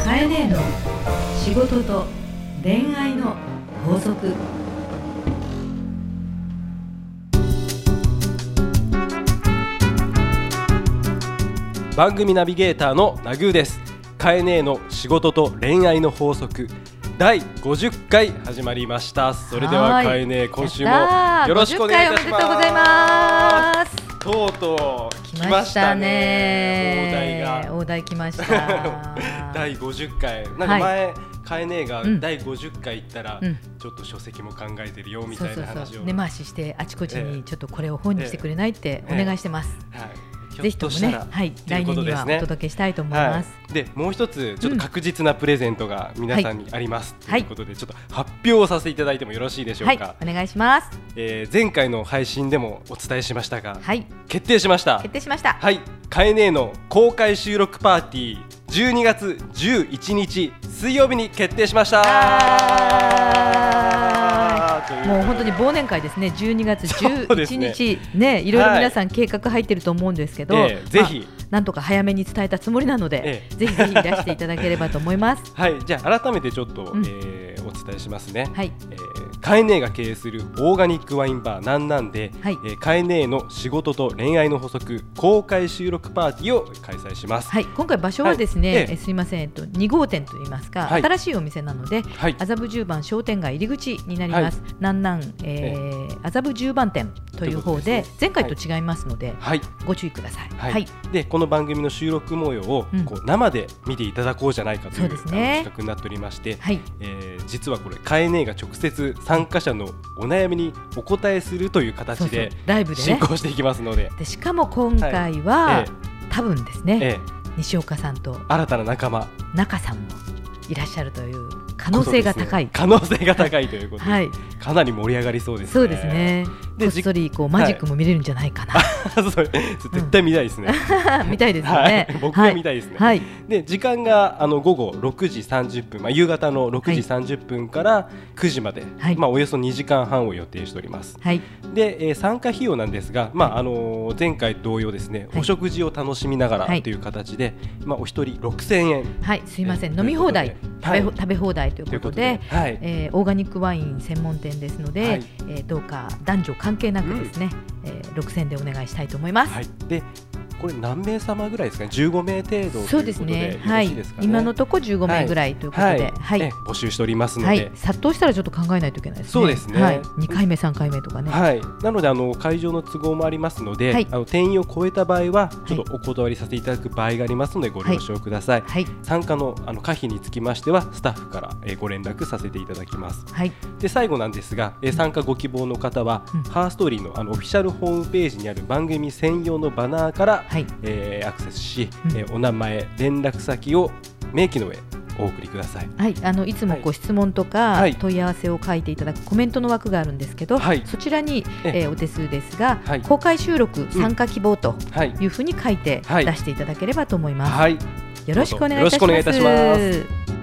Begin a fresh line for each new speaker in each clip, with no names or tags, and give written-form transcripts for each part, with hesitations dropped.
かえねえの仕事と恋愛の法則。
番組ナビゲーターのナグーです。かえねえの仕事と恋愛の法則第50回始まりました。それではかえねえ、今週もよろしくお願いいたします。
50回おめでとうございます。
とうとう来ましたね。
大台来ました
第50回なんか前、かえねえが第50回行ったら、ちょっと書籍も考えてるよみたいな話を
根回ししてあちこちにちょっとこれを本にしてくれないってお願いしてます。ぜひともね、来年にはお届けしたいと思います。
でもう一つちょっと確実なプレゼントが皆さんにあります、ということでちょっと発表をさせていただいてもよろしいでしょうか。
お願いします。
前回の配信でもお伝えしましたが、決定しました。
はい、
かえねえの公開収録パーティー12月11日水曜日に決定しました。
もう本当に忘年会ですね。12月11日ね、いろいろ皆さん計画入ってると思うんですけど、
ぜひ
なんとか早めに伝えたつもりなので、ぜひぜひいらしていただければと思います。
じゃあ改めてちょっと、お伝えしますね。かえねえが経営するオーガニックワインバーなんなんで、かえねえの仕事と恋愛の法則公開収録パーティーを開催します。
今回場所はですね、すいません、2号店といいますか、新しいお店なので、麻布十番商店街入り口になります。なんなん、麻布十番店という方で、前回と違いますので、ご注意ください。
でこの番組の収録模様をこう生で見ていただこうじゃないかという企画になっておりまして、実はこれかえねえが直接参加者のお悩みにお答えするという形で
ライブで
進行していきますので、
しかも今回は多分ですね、西岡さんと
新たな仲間
中さんもいらっしゃるという可能性が高い
ということで、かなり盛り上がりそうですね。
そうですね。こっそりこうマジックも見れるんじゃないかな。
絶対見たいですね。
見たいですよね。
僕も見たいですね。で時間が午後6時30分、夕方の6時30分から9時まで、およそ2時間半を予定しております。で参加費用なんですが、前回同様ですね、お食事を楽しみながらという形で、お一人6000円。
すいません、飲み放題、食べ放題ということで、オーガニックワイン専門店ですので、どうか男女関係なくですね、6000円でお願いしたいと思います。
でこれ何名様ぐらいですかね。15名程度ということで、
そうですね。今のところ15名ぐらいということで、
募集しておりますので、
殺到したらちょっと考えないといけないですね。
そうですね。
2回目3回目とかね。
なので会場の都合もありますので、定員を超えた場合はちょっとお断りさせていただく場合がありますのでご了承ください。参加の可否につきましてはスタッフからご連絡させていただきます。で最後なんですが、参加ご希望の方は、ハーストーリーのオフィシャルホームページにある番組専用のバナーからアクセスし、お名前連絡先を明記の上お送りください。
いつもご質問とか問い合わせを書いていただくコメントの枠があるんですけど、そちらにお手数ですが、公開収録参加希望というふうに書いて出していただければと思います。よろしくお願いいたします。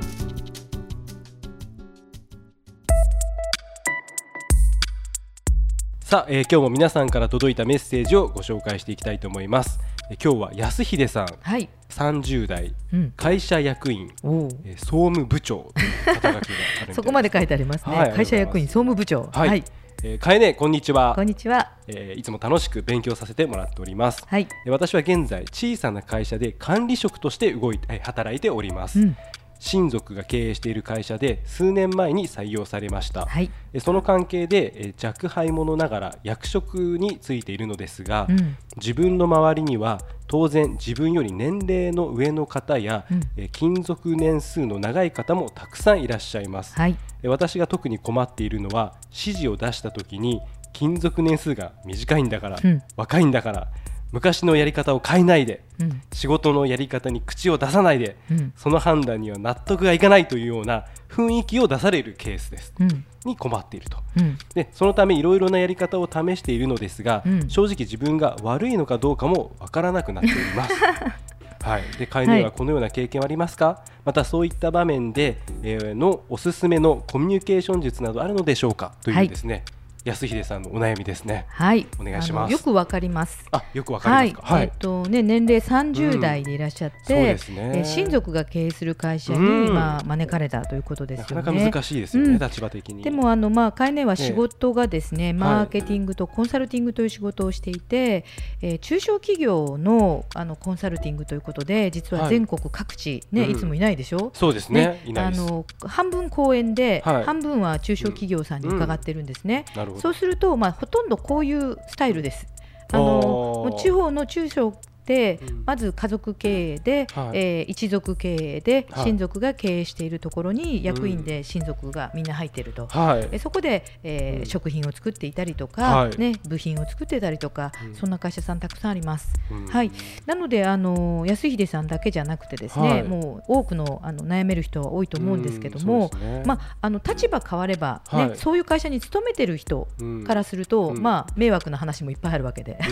さあ、今日も皆さんから届いたメッセージをご紹介していきたいと思います。今日は安秀さん、30代、会社役員、総務部長という肩書きがある。
そこまで書いてありますね。会社役員、総務部長。か
えね、こんにちは。
こんにちは。
いつも楽しく勉強させてもらっております。私は現在小さな会社で管理職として働いております。親族が経営している会社で数年前に採用されました。その関係で若輩者ながら役職についているのですが、自分の周りには当然自分より年齢の上の方や、勤続年数の長い方もたくさんいらっしゃいます。私が特に困っているのは、指示を出した時に勤続年数が短いんだから、若いんだから昔のやり方を変えないで、仕事のやり方に口を出さないで、その判断には納得がいかないというような雰囲気を出されるケースです、に困っていると。でそのためいろいろなやり方を試しているのですが、正直自分が悪いのかどうかもわからなくなっております。でかえねえはこのような経験はありますか。またそういった場面で、のおすすめのコミュニケーション術などあるのでしょうかというですね、 安秀さんのお悩みですね。
はい、
お願いします。
よくわかります。
よくわかりますか。
はい、年齢30代でいらっしゃって、親族が経営する会社に招かれたということですよね。
なかなか難しいですよね、立場的に。
でもカイネは仕事がですね、マーケティングとコンサルティングという仕事をしていて、中小企業のコンサルティングということで、実は全国各地ね、いつもいないでしょ。
そうですね。いないです。
半分講演で、半分は中小企業さんに伺ってるんですね。そうすると、ほとんどこういうスタイルです。もう地方の中小でまず家族経営で、一族経営で親族が経営しているところに役員で親族がみんな入っていると、そこで、食品を作っていたりとか、部品を作っていたりとか、そんな会社さんたくさんあります。なので安秀さんだけじゃなくてですね、もう多くの悩める人は多いと思うんですけども、立場変われば、そういう会社に勤めてる人からすると、迷惑な話もいっぱいあるわけで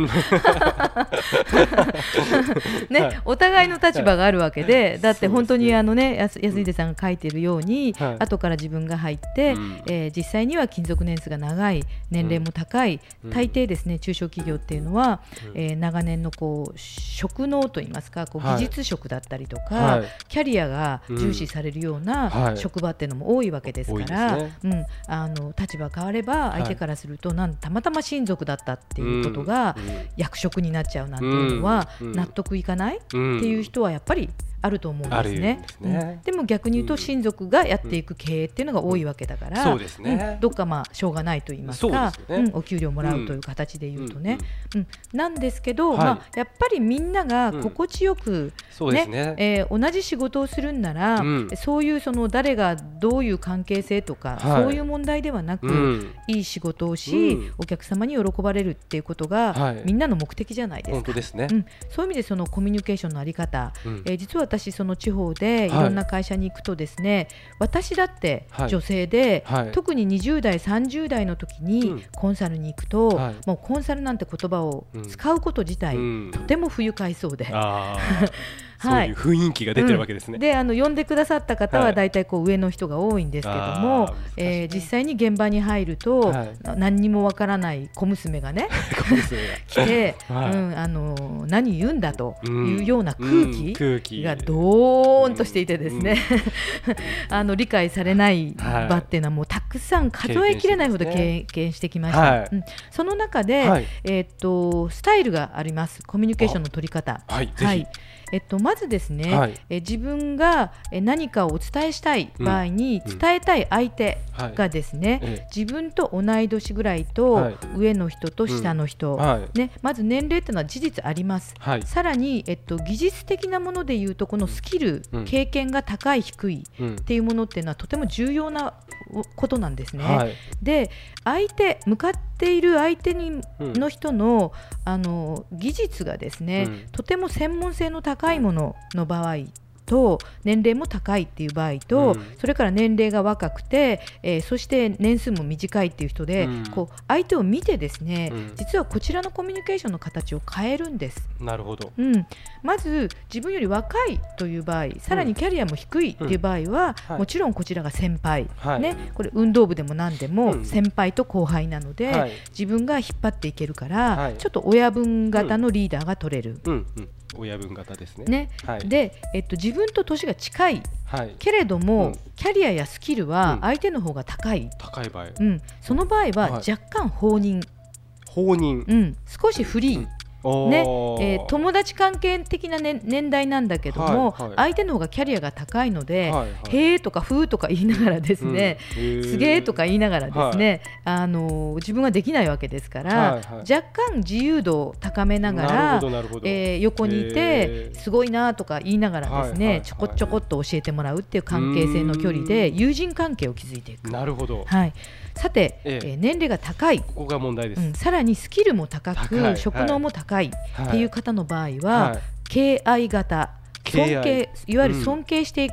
ね、お互いの立場があるわけで、だって本当に安秀さんが書いているように、後から自分が入って、実際には勤続年数が長い、年齢も高い、大抵ですね、中小企業っていうのは、長年の職能といいますか、技術職だったりとか、キャリアが重視されるような職場っていうのも多いわけですから、立場変われば相手からすると、たまたま親族だったっていうことが役職になっちゃうなんていうのは納得いかないっていう人はやっぱりあると思うんですね。でも逆に言うと、親族がやっていく経営っていうのが多いわけだから、どっかしょうがないと言いますか、お給料もらうという形で言うとね、なんですけど、やっぱりみんなが心地よく、同じ仕事をするんなら、そういう誰がどういう関係性とか、そういう問題ではなく、いい仕事をし、お客様に喜ばれるっていうことが、みんなの目的じゃないですか。
本当ですね。
そういう意味でそのコミュニケーションのあり方、実は私その地方でいろんな会社に行くとですね、私だって女性で、特に20代30代の時にコンサルに行くと、もうコンサルなんて言葉を使うこと自体、とても不愉快そうで
そういう雰囲気が出てるわけですね。
で呼んでくださった方はだいたい上の人が多いんですけども、実際に現場に入ると、何にもわからない小娘がね来て、何言うんだというような空気がドーンとしていてですね、理解されない場っていうのはもうたくさん数えきれないほど経験してきました。その中で、スタイルがあります。コミュニケーションの取り方。まずですね、自分が何かをお伝えしたい場合に、伝えたい相手がですね、自分と同い年ぐらいと、上の人と下の人、まず年齢というのは事実あります。さらに、技術的なものでいうと、このスキル、経験が高い低いっていうものっていうのはとても重要なことなんですね。で、向かっている相手の人の、技術がですね、とても専門性の高いものの場合と、年齢も高いっていう場合と、それから年齢が若くて、そして年数も短いっていう人で、相手を見てですね、実はこちらのコミュニケーションの形を変えるんです。
なるほど。
まず自分より若いという場合、さらにキャリアも低いっていう場合は、もちろんこちらが先輩、これ運動部でも何でも先輩と後輩なので、自分が引っ張っていけるから、ちょっと親分型のリーダーが取れる。
親分型ですね。
で、自分と年が近い、けれども、キャリアやスキルは相手の方が高い
場合、
その場合は若干放任、少しフリー、友達関係的な、年代なんだけども、相手の方がキャリアが高いので、へーとかふーとか言いながらですね、すげーとか言いながらですね、自分はできないわけですから、若干自由度を高めながら、横にいてすごいなとか言いながらですね、ちょこちょこっと教えてもらうっていう関係性の距離で友人関係を築いていく。
なるほど。
さて、年齢が高い、
ここが問題です。
さらにスキルも高く、職能も高いっていう方の場合は、敬愛型、いわゆる尊敬していく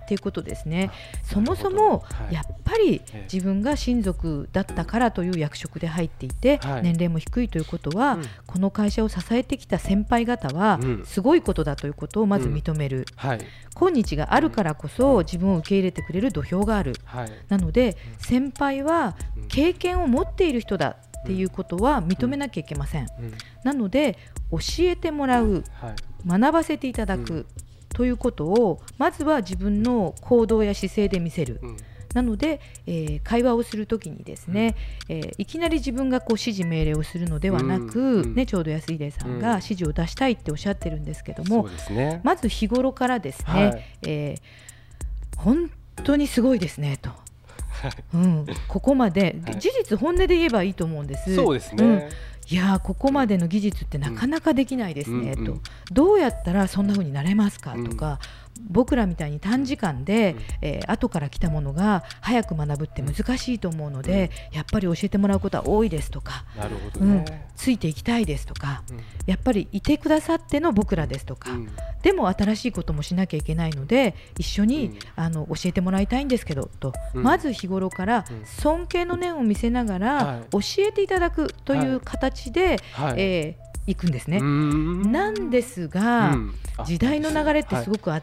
っていうことですね。そもそもやっぱり自分が親族だったからという役職で入っていて、年齢も低いということは、この会社を支えてきた先輩方はすごいことだということをまず認める、今日があるからこそ自分を受け入れてくれる土俵がある、なので先輩は経験を持っている人だっていうことは認めなきゃいけません。なので教えてもらう、学ばせていただくということをまずは自分の行動や姿勢で見せる。なので、会話をするときにですね、いきなり自分が指示命令をするのではなく、ちょうど安出さんが指示を出したいっておっしゃってるんですけども、まず日頃からですね、本当にすごいですねと、ここまで、事実本音で言えばいいと思うんです。
そうですね、
いやここまでの技術ってなかなかできないですねと、どうやったらそんな風になれますかとか、僕らみたいに短時間で、後から来たものが早く学ぶって難しいと思うので、やっぱり教えてもらうことは多いですとか、
なるほどね、
ついていきたいですとか、やっぱりいてくださっての僕らですとか、でも新しいこともしなきゃいけないので一緒に、教えてもらいたいんですけどと、まず日頃から尊敬の念を見せながら、教えていただくという形で、行くんですね。なんですが、時代の流れってすごくあって、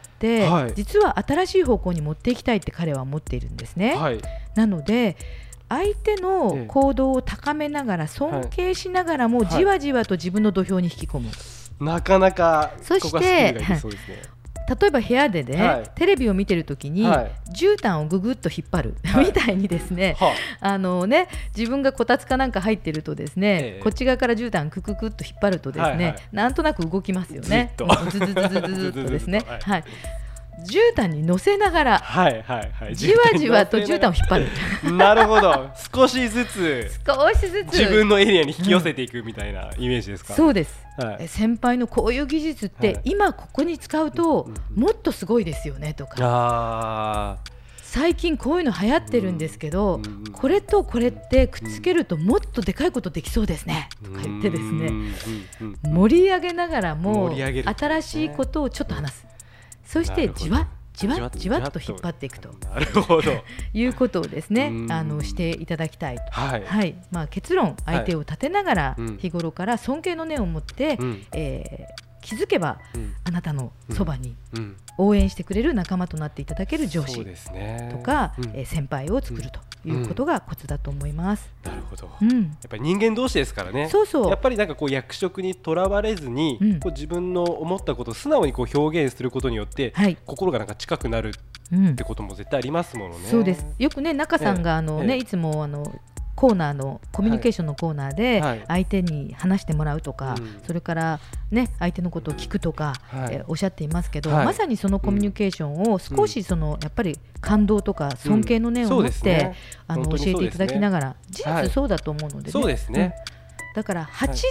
実は新しい方向に持っていきたいって彼は思っているんですね。なので相手の行動を高めながら尊敬しながらも、じわじわと自分の土俵に引き込む。
なかなか
そして例えば部屋でね、テレビを見てるときに、絨毯をぐぐっと引っ張る、みたいにですね、自分がこたつかなんか入ってるとですね、こっち側から絨毯くくくっと引っ張るとですね、なんとなく動きますよね。ずずずずずずっとですね、絨毯に乗せながら、じわじわと絨毯を引っ張る。
なるほど、少しずつ自分のエリアに引き寄せていくみたいなイメージですか。
そうです、先輩のこういう技術って、今ここに使うともっとすごいですよねとか、最近こういうの流行ってるんですけど、これとこれってくっつけるともっとでかいことできそうですねとか言ってですね、盛り上げながらも新しいことをちょっと話す。そしてじわじわじわっと引っ張っていくということをですね、していただきたいと。結論、相手を立てながら日頃から尊敬の念を持って、気づけばあなたのそばに応援してくれる仲間となっていただける上司とか、先輩を作るということがコツだと思います。
なるほど、やっぱり人間同士ですからね。やっぱりなんか役職にとらわれずに、自分の思ったことを素直に表現することによって、心がなんか近くなるってことも絶対ありますものね。
そうです。よくね、中さんがいつもコーナーのコミュニケーションのコーナーで相手に話してもらうとか、それからね、相手のことを聞くとか、おっしゃっていますけど、まさにそのコミュニケーションを少しやっぱり感動とか尊敬の念を持って教えていただきながら、事実そうだと思うのでね。
そうですね。
だから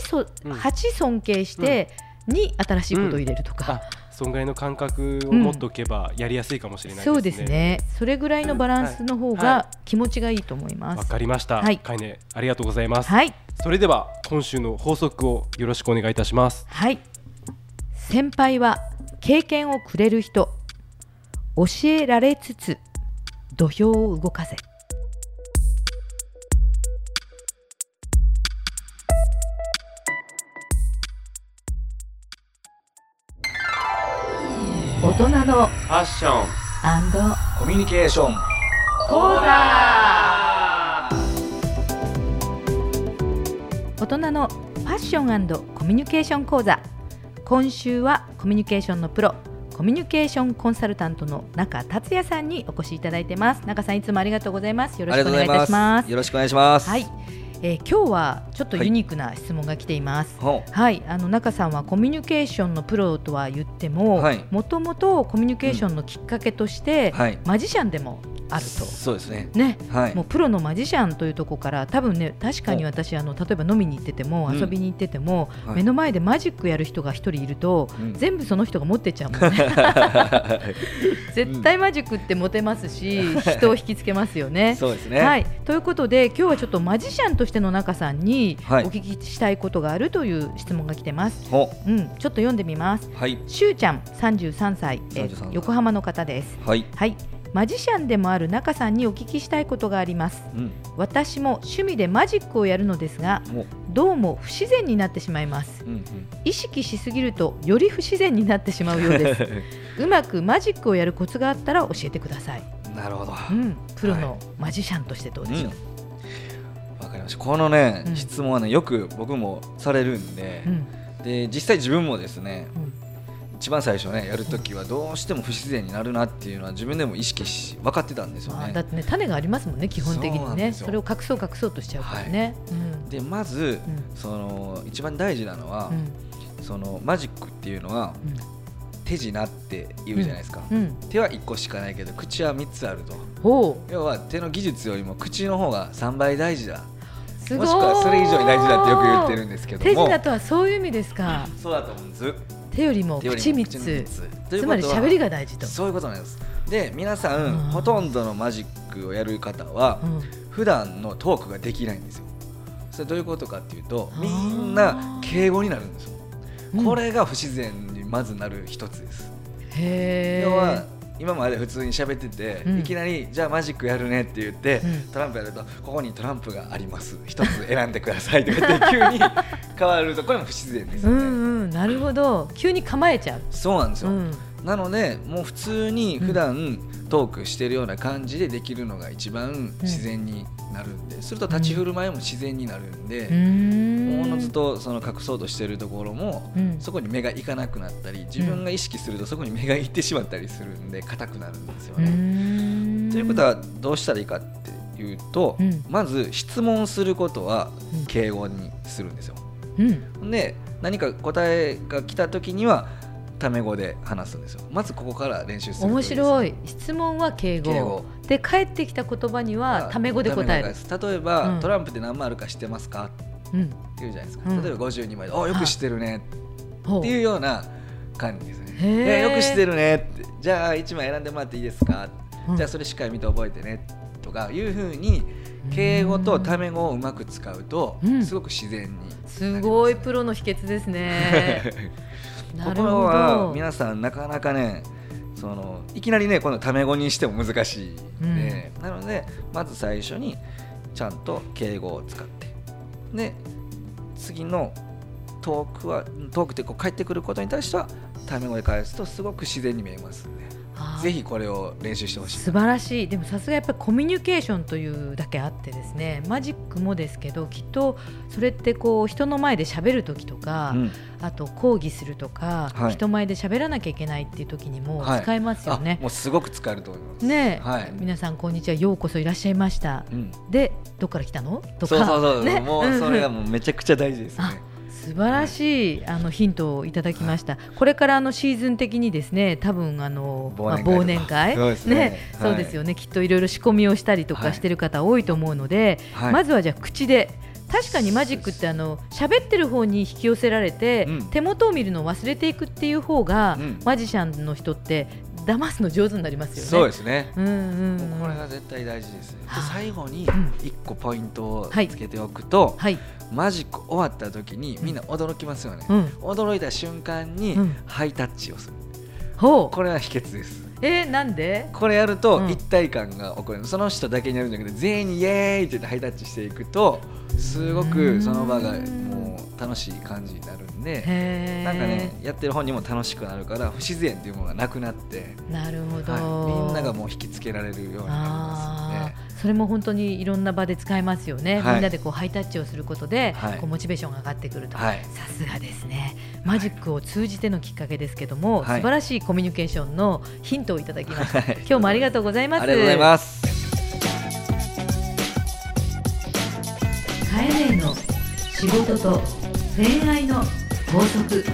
8尊敬して2新しいことを入れるとか、
そんぐらいの感覚を持っておけばやりやすいかもしれないですね。
そうですね。それぐらいのバランスの方が気持ちがいいと思います。
わかりました。かいね、ありがとうございます。それでは今週の法則をよろしくお願いいたします。
先輩は経験をくれる人、教えられつつ土俵を動かせ。大人の
ファッション
&コミュニケーション
講座。大人のファッション&コミュニケーション講座。今週はコミュニケーションのプロ、コミュニケーションコンサルタントの中達也さんにお越しいただいてます。中さん、いつもありがとうございます。よろしくお願いいたします。
よろしくお願いします。
今日はちょっとユニークな質問が来ています。中さんはコミュニケーションのプロとは言っても、もともとコミュニケーションのきっかけとして、マジシャンでもあると。
そうですね。
もうプロのマジシャンというところから多分ね、確かに私例えば飲みに行ってても遊びに行ってても、目の前でマジックやる人が一人いると、全部その人が持ってっちゃうもんね絶対マジックってモテますし人を引きつけますよね。
そうですね。
ということで今日はちょっとマジシャンとしての中さんにお聞きしたいことがあるという質問が来てます。ちょっと読んでみます。しゅうちゃん33歳、横浜の方です。マジシャンでもある中さんにお聞きしたいことがあります。私も趣味でマジックをやるのですが、どうも不自然になってしまいます。意識しすぎるとより不自然になってしまうようですうまくマジックをやるコツがあったら教えてください。
なるほど。
プロのマジシャンとしてどうでしょう。
わかりました。このね、質問はね、よく僕もされるんで、で実際自分もですね、一番最初ねやるときはどうしても不自然になるなっていうのは自分でも意識し分かってたんですよね。
だってね、種がありますもんね、基本的にね。それを隠そうとしちゃうからね。
でまず、その一番大事なのは、そのマジックっていうのは、手品って言うじゃないですか。手は1個しかないけど口は3つあると。要は手の技術よりも口の方が3倍大事だ、もしくはそれ以上に大事だってよく言ってるんですけども。
手品とはそういう意味ですか。
そうだと思うんです。
手よりも口3つ、つまり喋りが大事と。
そういうことなんです。で皆さんほとんどのマジックをやる方は、普段のトークができないんですよ。それどういうことかっていうと、みんな敬語になるんですよ。これが不自然にまずなる一つです。要は今まで普通に喋ってて、いきなりじゃあマジックやるねって言って、トランプやるとここにトランプがあります一つ選んでくださいとか言って急に変わるとこれも不自然ですよね。
なるほど。急に構えちゃう。
そうなんですよ。なのでもう普通に普段トークしてるような感じでできるのが一番自然になるんで、すると立ち振る舞いも自然になるんで、おのずとその隠そうとしてるところも、そこに目がいかなくなったり、自分が意識するとそこに目がいってしまったりするんで硬くなるんですよね。ということはどうしたらいいかっていうと、まず質問することは敬語にするんですよ。で何か答えが来た時にはタメ語で話すんですよ。まずここから練習するといいです。
面白い。質問は敬語で、返ってきた言葉にはタメ語で答える。
例えば、トランプって何枚あるか知ってますか、っていうじゃないですか。例えば52枚で、よく知ってるねっていうような感じですね。よく知ってるねって、じゃあ1枚選んでもらっていいですか、じゃあそれしっかり見て覚えてねとかいうふうに敬語とタメ語をうまく使うと、すごく自然になります。
すごいプロの秘訣ですね
ここは皆さんなかなかね、いきなりねこのタメ語にしても難しいので、なのでまず最初にちゃんと敬語を使って、で次のトークってこう返ってくることに対してはタメ語で返すとすごく自然に見えますので、ぜひこれを練習してほしい。
素晴らしい。でもさすがやっぱりコミュニケーションというだけあってですね、マジックもですけど、きっとそれってこう人の前で喋る時とか、あと講義するとか、人前で喋らなきゃいけないっていう時にも使えますよね。
もうすごく使えると思います
ね。皆さんこんにちは、ようこそいらっしゃいました、でどっから来たのとか、
もうそれがもうめちゃくちゃ大事ですね。
素晴らしい、ヒントをいただきました。これからシーズン的にですね、多分忘年会ね、そうですよね。きっといろいろ仕込みをしたりとかしてる方多いと思うので、まずはじゃあ口で。確かにマジックって喋ってる方に引き寄せられて、手元を見るのを忘れていくっていう方が、マジシャンの人って騙すの上手になりますよね。
そうですね。これが絶対大事です。で最後に1個ポイントをつけておくと、マジック終わった時にみんな驚きますよね。驚いた瞬間にハイタッチをする。これは秘訣です。
なんで？
これやると一体感が起こる。その人だけにやるんだけど、全員にイエーイって言ってハイタッチしていくと、すごくその場がもう楽しい感じになるんで、なんかね、やってる本人も楽しくなるから、不自然っていうものがなくなって、
なるほど、
みんながもう引きつけられるようになりますね。
それも本当にいろんな場で使えますよね。みんなでこうハイタッチをすることで、こうモチベーションが上がってくると。さすがですね。マジックを通じてのきっかけですけども、素晴らしいコミュニケーションのヒントをいただきました。今日もありがとうございます。
ありがとうございます。
カエネの仕事と恋愛の法則。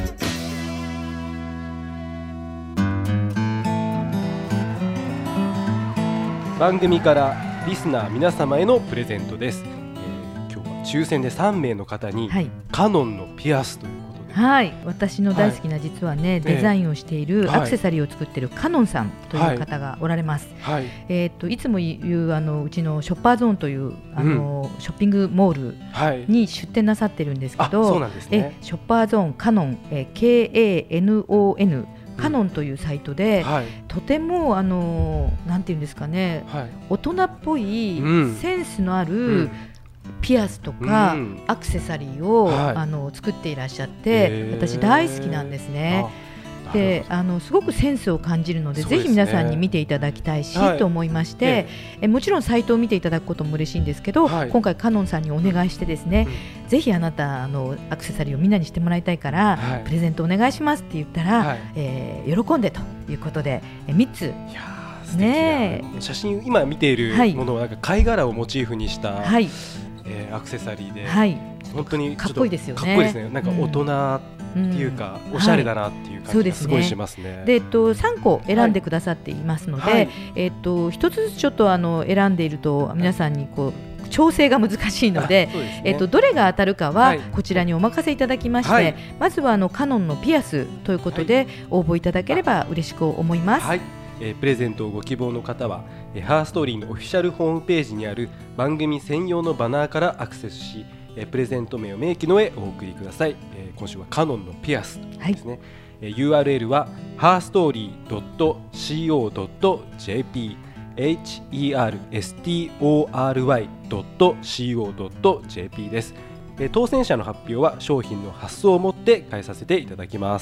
番組からリスナー皆様へのプレゼントです。今日は抽選で3名の方に、はい、カノンのピアスということで、
はい、私の大好きな実はね、デザインをしているアクセサリーを作っているカノンさんという方がおられます。はい、いつも言ううちのショッパーゾーンというショッピングモールに出店なさってるんですけど、
そうなんですね。
ショッパーゾーンカノン、KANONカノンというサイトで、はい、とてもなんていうんですかね、はい、大人っぽいセンスのある、ピアスとか、アクセサリーを、作っていらっしゃって、私大好きなんですね。ですごくセンスを感じるので、ぜひ皆さんに見ていただきたいし、と思いまして、もちろんサイトを見ていただくことも嬉しいんですけど、今回カノンさんにお願いしてですね、ぜひあなたアクセサリーをみんなにしてもらいたいから、プレゼントお願いしますって言ったら、喜んでということで3つ。
ね、写真今見ているものはなんか貝殻をモチーフにした、アクセサリーで、本当に
かっこいいですよね。
かっこいいですね。なんか大人っていうか、おしゃれだなっていう感じがすごいしますね。
で、3個選んでくださっていますので、1つずつちょっと選んでいると皆さんにこう調整が難しいので、どれが当たるかはこちらにお任せいただきまして、まずはカノンのピアスということで応募いただければ嬉しく思います。
プレゼントをご希望の方はハーストーリーのオフィシャルホームページにある番組専用のバナーからアクセスし、プレゼント名を明記の上お送りください。今週はカノンのピアスですね。URL は herstory.co.jp herstory.co.jp です。当選者の発表は商品の発送をもって返させていただきます。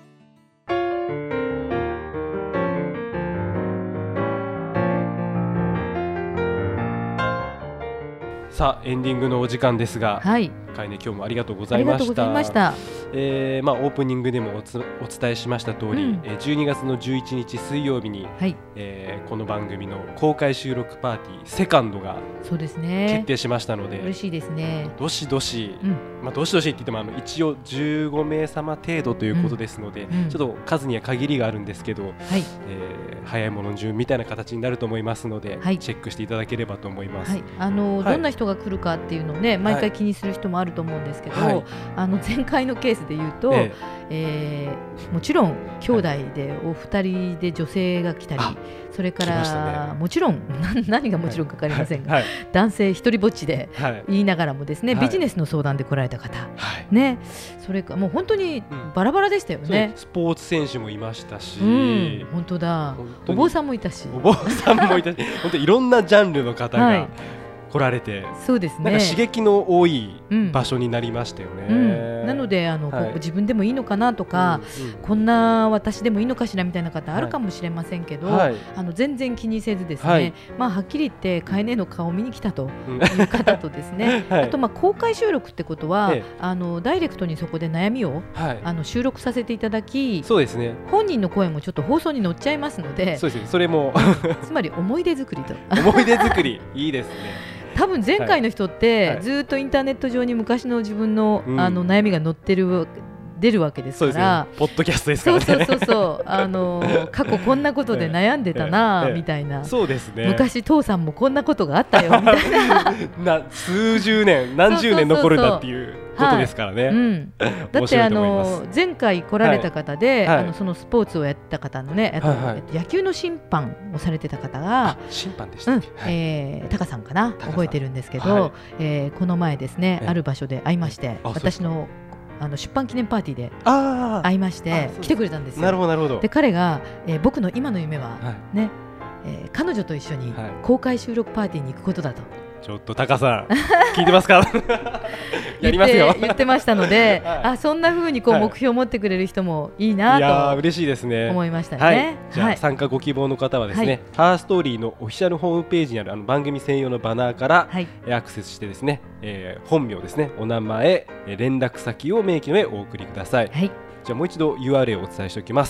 さあエンディングのお時間ですが、かいね、今日もありがとうございました。オープニングでもお伝えしました通り、12月の11日水曜日に、この番組の公開収録パーティーセカンドが決定しましたので、
嬉しいですね。
どしどし、どしどしって言っても一応15名様程度ということですので、ちょっと数には限りがあるんですけど、早いもの順みたいな形になると思いますので、チェックしていただければと思います。
どんな人が来るかっていうのをね、毎回気にする人もあると思うんですけど、前回のケースで言うと、もちろん兄弟でお二人で女性が来たり、それからもちろん何がもちろんかかりませんが、男性一人ぼっちで言いながらもですね、ビジネスの相談で来られた方、それからもう本当にバラバラでしたよね。
スポーツ選手もいましたし、
本当だ、お坊さんもいたし、
本当いろんなジャンルの方が来られて、
そうですね、
なんか刺激の多い場所になりましたよね。
なので自分でもいいのかなとか、こんな私でもいいのかしらみたいな方あるかもしれませんけど、全然気にせずですね、はっきり言ってカエネの顔を見に来たという方とですね、あと公開収録ってことは、ダイレクトにそこで悩みを収録させていただき、
そうですね、
本人の声もちょっと放送に乗っちゃいますので、
そうですね、それも
つまり思い出作りと
思い出作りいいですね。
多分前回の人ってずっとインターネット上に昔の自分の悩みが載ってる出るわけですから、
ポッドキャストですからね。
そう過去こんなことで悩んでたなみたいな、
そうですね、
昔父さんもこんなことがあったよみたいな
数十年何十年残るんだっていうことですからね。
だって前回来られた方で、そのスポーツをやった方のね、野球の審判をされてた方が、
審判でしたっけ、
タカさんかな、覚えてるんですけど、この前ですね、ある場所で会いまして、私の出版記念パーティーで会いまして来てくれたんですよ。
なるほどなるほど。
で彼が、僕の今の夢は、ね、彼女と一緒に公開収録パーティーに行くことだと。
ちょっとタカさん聞いてますかやりますよ
言ってましたので、そんな風に目標を持ってくれる人もいいなと
嬉しいですね、
思いましたね。
じゃあ参加ご希望の方はですね、ハーストーリーのオフィシャルホームページにある番組専用のバナーからアクセスしてですね、本名ですね、お名前、連絡先を明記の上お送りください。じゃあもう一度 URL をお伝えしておきます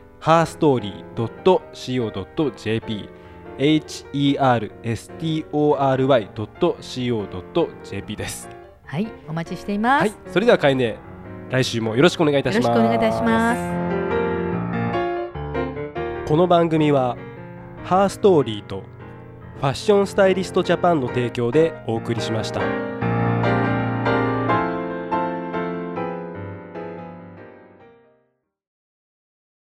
。herstory.co.jp herstory.co.jp this です。
はい、お待ちしています。
それではかえね、来週もよろしくお願いいたします。
よろしくお願いいたします。
この番組はハーストーリーとファッションスタイリストジャパンの提供でお送りしました。